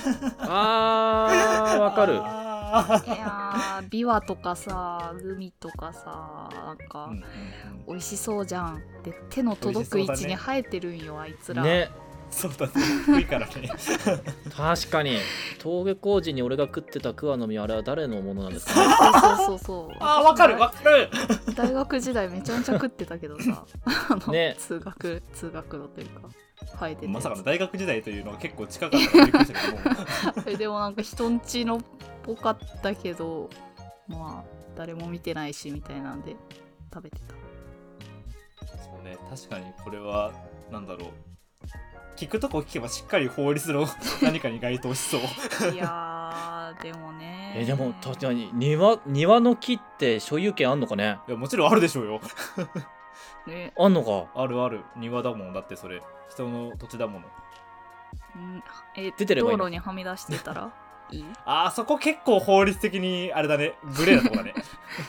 わかる。 いやビワとかさ、グミとかさ、なんか、美味しそうじゃん。で手の届く位置に生えてるんよ、あいつら。 ね。そうだね、低いからね確かに登下校時に俺が食ってた桑の実、あれは誰のものなんですかねそうわかる大学時代めちゃめちゃ食ってたけどさね、 通学路というか生えてて、 まさかの大学時代というのが結構近かったからびっくりしたけどもでもなんか人んちのっぽかったけど、まあ誰も見てないしみたいなんで食べてた。 そうね、確かにこれはなんだろう、聞くとこ聞けばしっかり法律の何かに該当しそういやでもねでも確かに庭の木って所有権あんのかね。 いやもちろんあるでしょうよね、 あんのか。 ある庭だもん。だってそれ人の土地だもの。 出てればいいの。 道路にはみ出してたらいいそこ結構法律的にあれだね、グレーなとこだね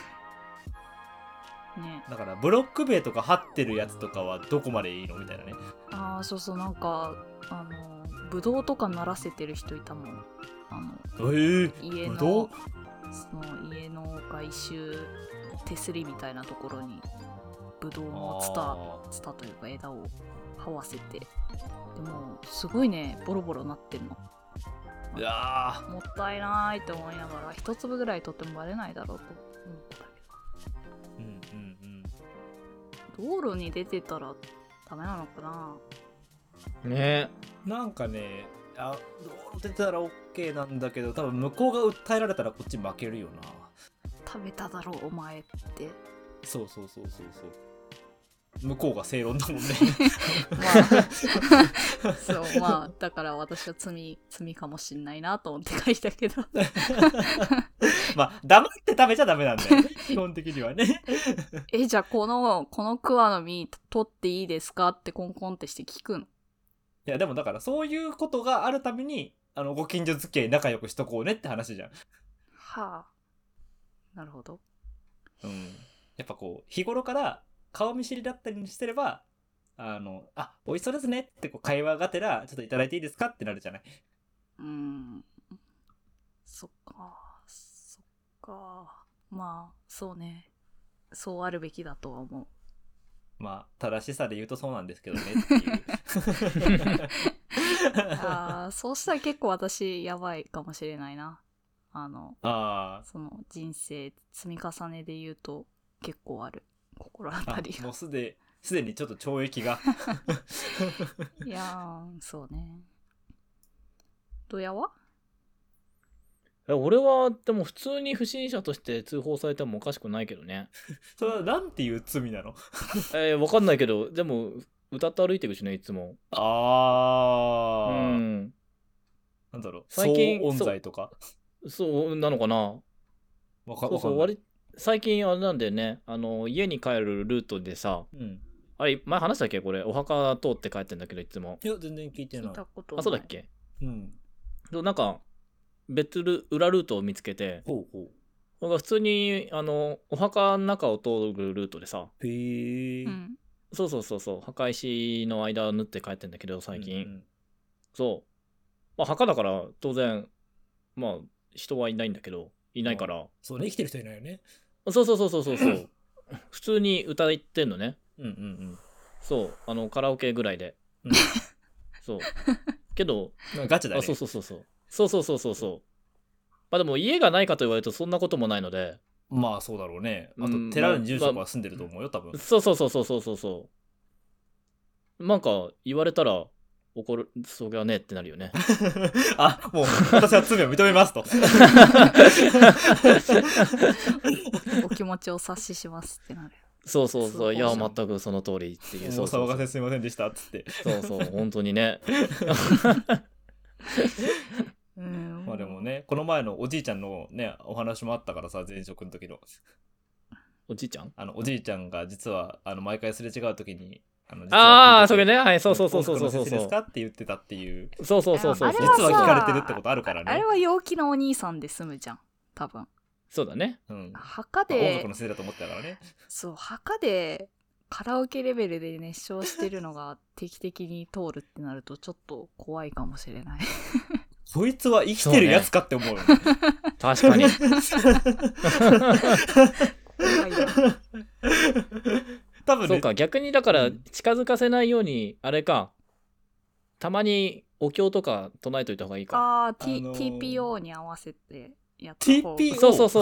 ね、 だからブロック塀とか張ってるやつとかはどこまでいいのみたいなね。 そうなんかブドウとか鳴らせてる人いたもん。家のその家の外周手すりみたいなところにブドウのツタというか枝を這わせて、でもすごいね、ボロボロなってんの。 うわもったいないと思いながら、一粒ぐらい取ってもバレないだろうと思ったけど、道路に出てたらダメなのかな。 ね、 なんかね、道路出てたら OK なんだけど、多分向こうが訴えられたらこっち負けるよな。 食べただろうお前って。 そう向こうが正論だもんねまあだから私は罪かもしんないなと思って書いたけどまあ黙って食べちゃダメなんだよね基本的にはねじゃあこの桑の実取っていいですかってコンコンってして聞くの。 いやでもだからそういうことがあるためにご近所付き合い仲良くしとこうねって話じゃん。 はあ、なるほど。 やっぱこう日頃から顔見知りだったりしてれば美味しそうですねってこう会話がてらちょっといただいていいですかってなるじゃない。 そっか、まあそうね、そうあるべきだとは思う。 まあ正しさで言うとそうなんですけどねっていうそうしたら結構私やばいかもしれないな。その人生積み重ねで言うと結構ある、心当たりが。 もうすでにちょっと懲役がいやそうね。どやは俺はでも普通に不審者として通報されてもおかしくないけどねそれはなんていう罪なのわかんないけど、でも歌って歩いてるしね、いつも。 なんだろう、 最近騒音罪とかそうなのかな。最近あれなんだよね、家に帰るルートでさ、あれ前話したっけ、これお墓通って帰ってんだけど、いつも。 いや全然聞いてない。 聞いたことない。 そうだっけ。なんか別裏ルートを見つけて、普通にお墓の中を通るルートでさ、そう墓石の間を縫って帰ってんだけど最近、そう、まあ、墓だから当然まあ人はいないんだけど、 いないから、 そうね、生きてる人いないよね。 そう普通に歌ってんのね。そうカラオケぐらいで、そうけどガチだね。 そうまあでも家がないかと言われるとそんなこともないので、 まあそうだろうね。あと寺に住職は住んでると思うよ、多分。 そうなんか言われたら怒る、そりゃねってなるよね。 あ、もう私は罪を認めますと。 お気持ちを察ししますってなる。 そういや全くその通りっていう。 お騒がせすみませんでしたっつって。 そう本当にね。 まあでもね、この前のおじいちゃんのねお話もあったからさ、前職の時のおじいちゃん、 おじいちゃんが実は毎回すれ違う時にそれね、はい、そうですかって言ってたっていう。 そう実は聞かれてるってことあるからね。 あれは陽気なお兄さんで済むじゃん、多分。 そうだね。 墓で、 王族のせいだと思ってたからね。 そう、墓でカラオケレベルで熱唱してるのが定期的に通るってなるとちょっと怖いかもしれない。 そいつは生きてるやつかって思うよね。 確かに。 怖いよ。 多分ね、 そうか、逆にだから近づかせないように、あれか、たまにお経とか唱えといた方がいいか。 TPO に合わせてやった方が。 TPO？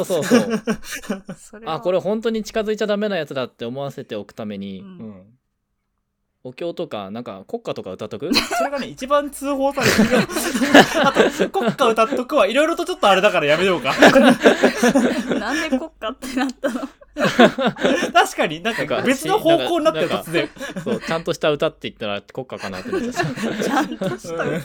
そうこれ本当に近づいちゃダメなやつだって思わせておくために、お経とかなんか国歌とか歌っとく。 それがね一番通報されてる。あと国歌歌っとくはいろいろとちょっとあれだからやめようか。 なんで国歌ってなったの？ 確かになんか別の方向になってる突然。 そうちゃんとした歌って言ったら国歌かなって思っちゃった。 ちゃんとした歌。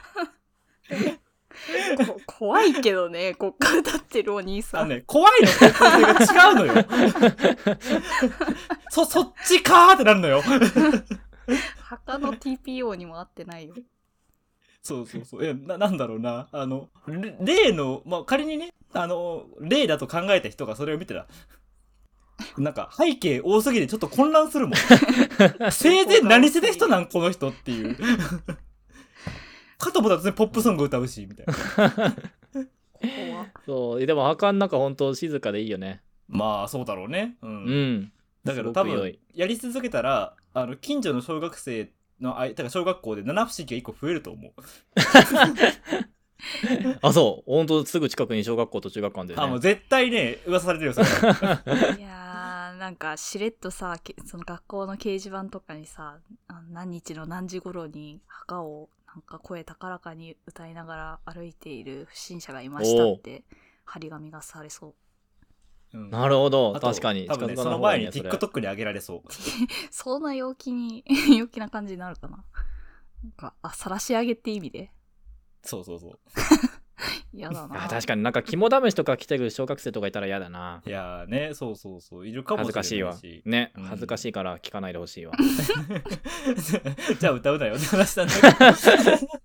怖いけどね、国歌歌ってるお兄さん。 怖いの方向性が違うのよ。そっちかーってなるのよ。 墓の TPO にも合ってないよ。 そうなんだろうな、例の、まあ、仮にね例だと考えた人がそれを見てた。なんか背景多すぎてちょっと混乱するもん。生前何せた人なんこの人っていう。かと思ったらポップソング歌うしみたいな。 そうでも墓の中ほんと静かでいいよね。 まあそうだろうね。だけど多分やり続けたら近所の小学生のだから小学校で七不思議が1個増えると思う。 そうほんとすぐ近くに小学校と中学校あるんだよね。 もう絶対ね噂されてるよそれ。 いやなんかしれっとさ、その学校の掲示板とかにさ、何日の何時頃に墓をなんか声高らかに歌いながら歩いている不審者がいましたって張り紙がされそう。 なるほど、確かに。 多分ねその前に TikTok に上げられそう。 そんな陽気な感じになるかな。なんか晒し上げって意味で。 そう。 嫌だな。 確かになんか肝試しとか来てる小学生とかいたら嫌だな。 いやね、そういるかもしれないし。 恥ずかしいわね、恥ずかしいから聞かないでほしいわ。 じゃあ歌うなよって話したんだけど。恥ず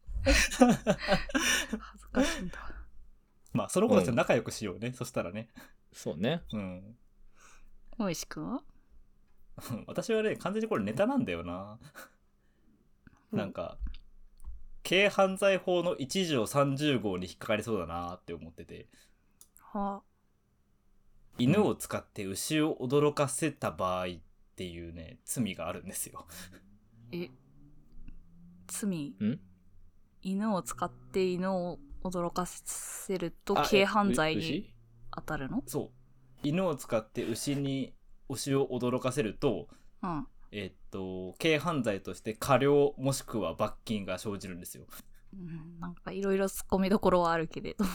かしいんだ。 まあその子たちと仲良くしようね、そしたらね。 そうね。 大石くんは？ 私はね完全にこれネタなんだよな。なんか軽犯罪法の1条30号に引っかかりそうだなって思ってて、犬を使って牛を驚かせた場合っていうね罪があるんですよ。 罪？犬を使って犬を驚かせると軽犯罪に当たるの？そう、 犬を使って牛を驚かせると、軽犯罪として過料もしくは罰金が生じるんですよ。 なんかいろいろ突っ込みどころはあるけれども。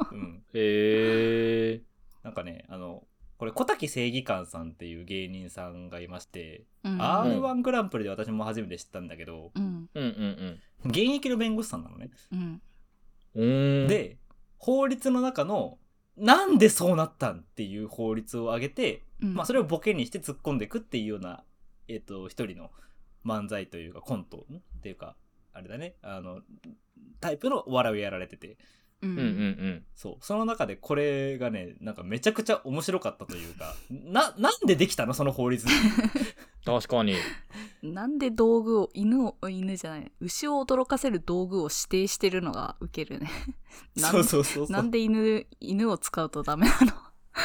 なんかねこれ小滝正義感さんっていう芸人さんがいまして、R1 グランプリで私も初めて知ったんだけど、現役の弁護士さんなのね。で法律の中のなんでそうなったんっていう法律を挙げて、それをボケにして突っ込んでいくっていうような一人の漫才というかコントっていうかあれだねタイプのお笑いをやられてて、 うんうんうん。 そうその中でこれがねなんかめちゃくちゃ面白かったというかなんでできたのその法律確かに。 なんで道具を犬じゃない牛を驚かせる道具を指定してるのがウケるねそうそうそうそう。 なんで犬を使うとダメなの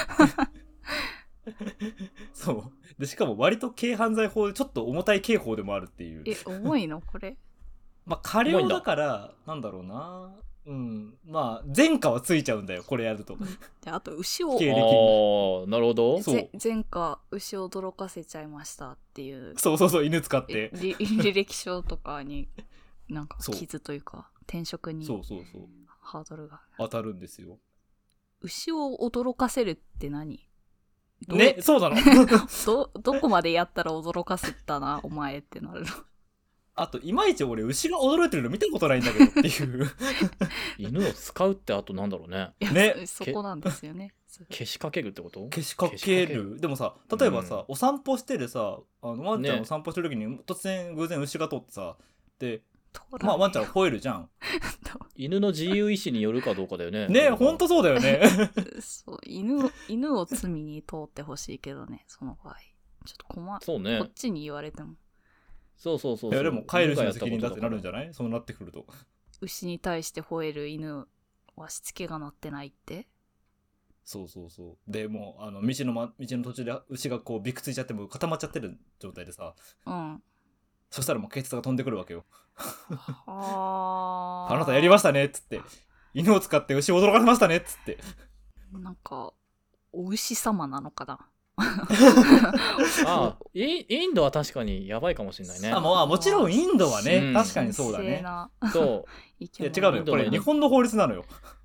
そうでしかも割と軽犯罪法でちょっと重たい刑法でもあるっていう。 重いのこれ。 まあ過料だからなんだろうな。まあ前科はついちゃうんだよこれやると。 じゃああと牛を経歴に。なるほど。 前科牛を驚かせちゃいましたっていう。 そう犬使って履歴書とかになんか傷というか転職にハードルが当たるんですよ。 牛を驚かせるって何？ ね、そうなのどこまでやったら驚かせたなお前ってなるの。 あといまいち俺牛が驚いてるの見たことないんだけどっていう犬を使うってあとなんだろうね。 ね、 そこなんですよね。 けしかけるってこと？ けしかける。でもさ例えばさ、お散歩してるさワンちゃんお散歩してる時に、突然偶然牛が通ってさでまあワンちゃん吠えるじゃん犬の自由意志によるかどうかだよね。 ね、ほんとそうだよねそう犬を罪に通ってほしいけどねその場合ちょっと困る。 そうね。 こっちに言われても。 そう。 いやでも飼い主の責任だってなるんじゃない？そうなってくると。 牛に対して吠える犬はしつけがなってないって？ そうでもう道の途中で牛がこうびくついちゃっても固まっちゃってる状態でさ、そしたらもう警察が飛んでくるわけよあなたやりましたねっつって、犬を使って牛を驚かせましたねっつって。 なんかお牛様なのかなインドは確かにやばいかもしれないね。 もちろんインドはね、確かにそうだね。そういや違うのよ、これ日本の法律なのよ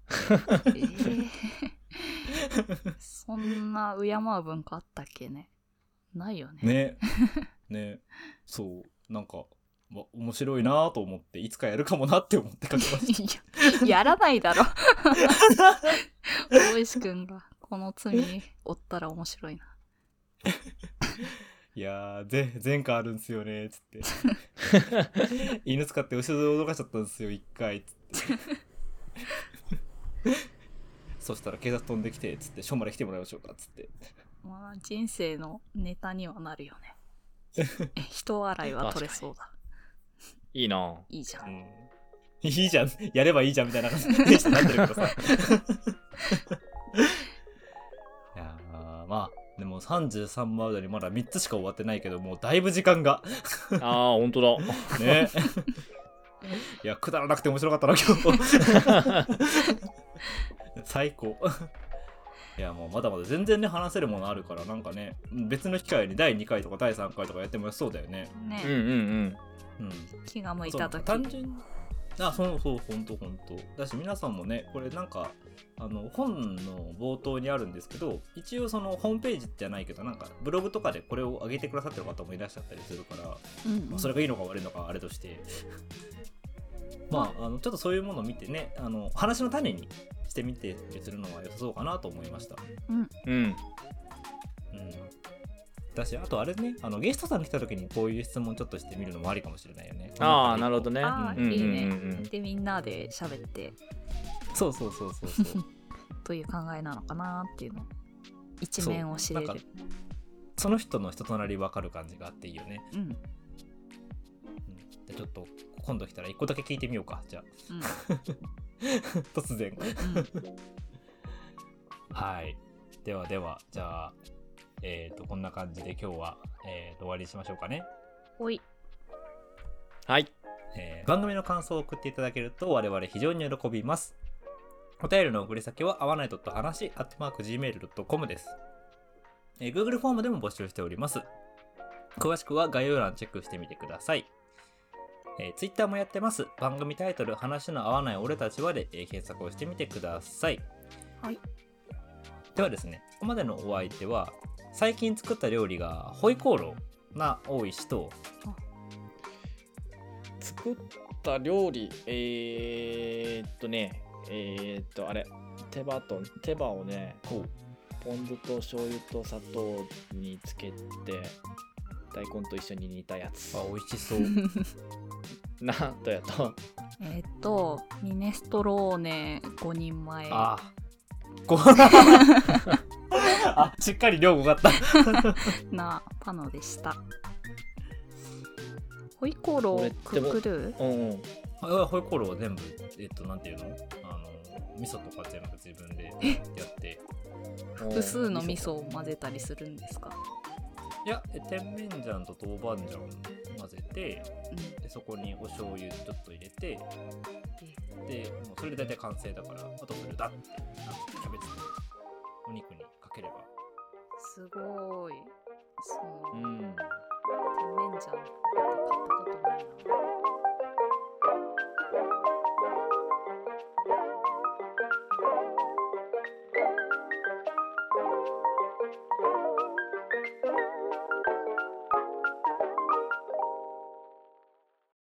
そんな敬う文化あったっけね。ないよね。 ねそうなんか、面白いなと思っていつかやるかもなって思って書きましたやらないだろ大石くんがこの罪に負ったら面白いな。 いやー前科あるんすよねつって犬使って後ろで脅かしちゃったんですよ一回つってそしたら警察飛んできてつって署まで来てもらいましょうかつって。 まあ人生のネタにはなるよね人笑いは取れそうだ。 いいな。 いいじゃん、 いいじゃんやればいいじゃんみたいな感じでなってるけどさいやまあでも33までにまだ3つしか終わってないけどもうだいぶ時間がほんとだねいやくだらなくて面白かったな今日最高いやもうまだまだ全然ね話せるものあるからなんかね別の機会に第2回とか第3回とかやってもよそうだよね。 気が向いた時単純にそうほんとだし皆さんもねこれなんか本の冒頭にあるんですけど一応そのホームページじゃないけどなんかブログとかでこれを上げてくださってる方もいらっしゃったりするから、それがいいのか悪いのかあれとしてちょっとそういうものを見てね話の種にしてみてするのは良さそうかなと思いました。だしあとあれねゲストさん来た時にこういう質問ちょっとしてみるのもありかもしれないよね。 なるほどね。 いいね。でみんなで喋ってそうという考えなのかなっていうの一面を知れる。 その人の人となり分かる感じがあっていいよね。でちょっと今度来たら1個だけ聞いてみようかじゃあ、突然はいではじゃあこんな感じで今日は、終わりにしましょうかね。 はい、 番組の感想を送っていただけると我々非常に喜びます。お便りの送り先はあわない話@gmail.com です。Google フォームでも募集しております。詳しくは概要欄チェックしてみてください。Twitter もやってます。番組タイトル話の合わない俺たちはで、検索をしてみてください。ではですねここまでのお相手は最近作った料理がホイコーローな大石と作った料理あれ手羽をねポン酢と醤油と砂糖につけて大根と一緒に煮たやつ。 美味しそうなんとやとミネストローネ5人前。 あしっかり量多かったなパノでした。ホイコーローくくる？ ホイコーローは全部なんていうの味噌とか全部自分でやって複数の味噌を混ぜたりするんですか？ いや甜麺醤と豆板醤混ぜて、でそこにお醤油ちょっと入れて、でもうそれで大体完成だから、あとそれだってキャベツとお肉にかければ。 すごい。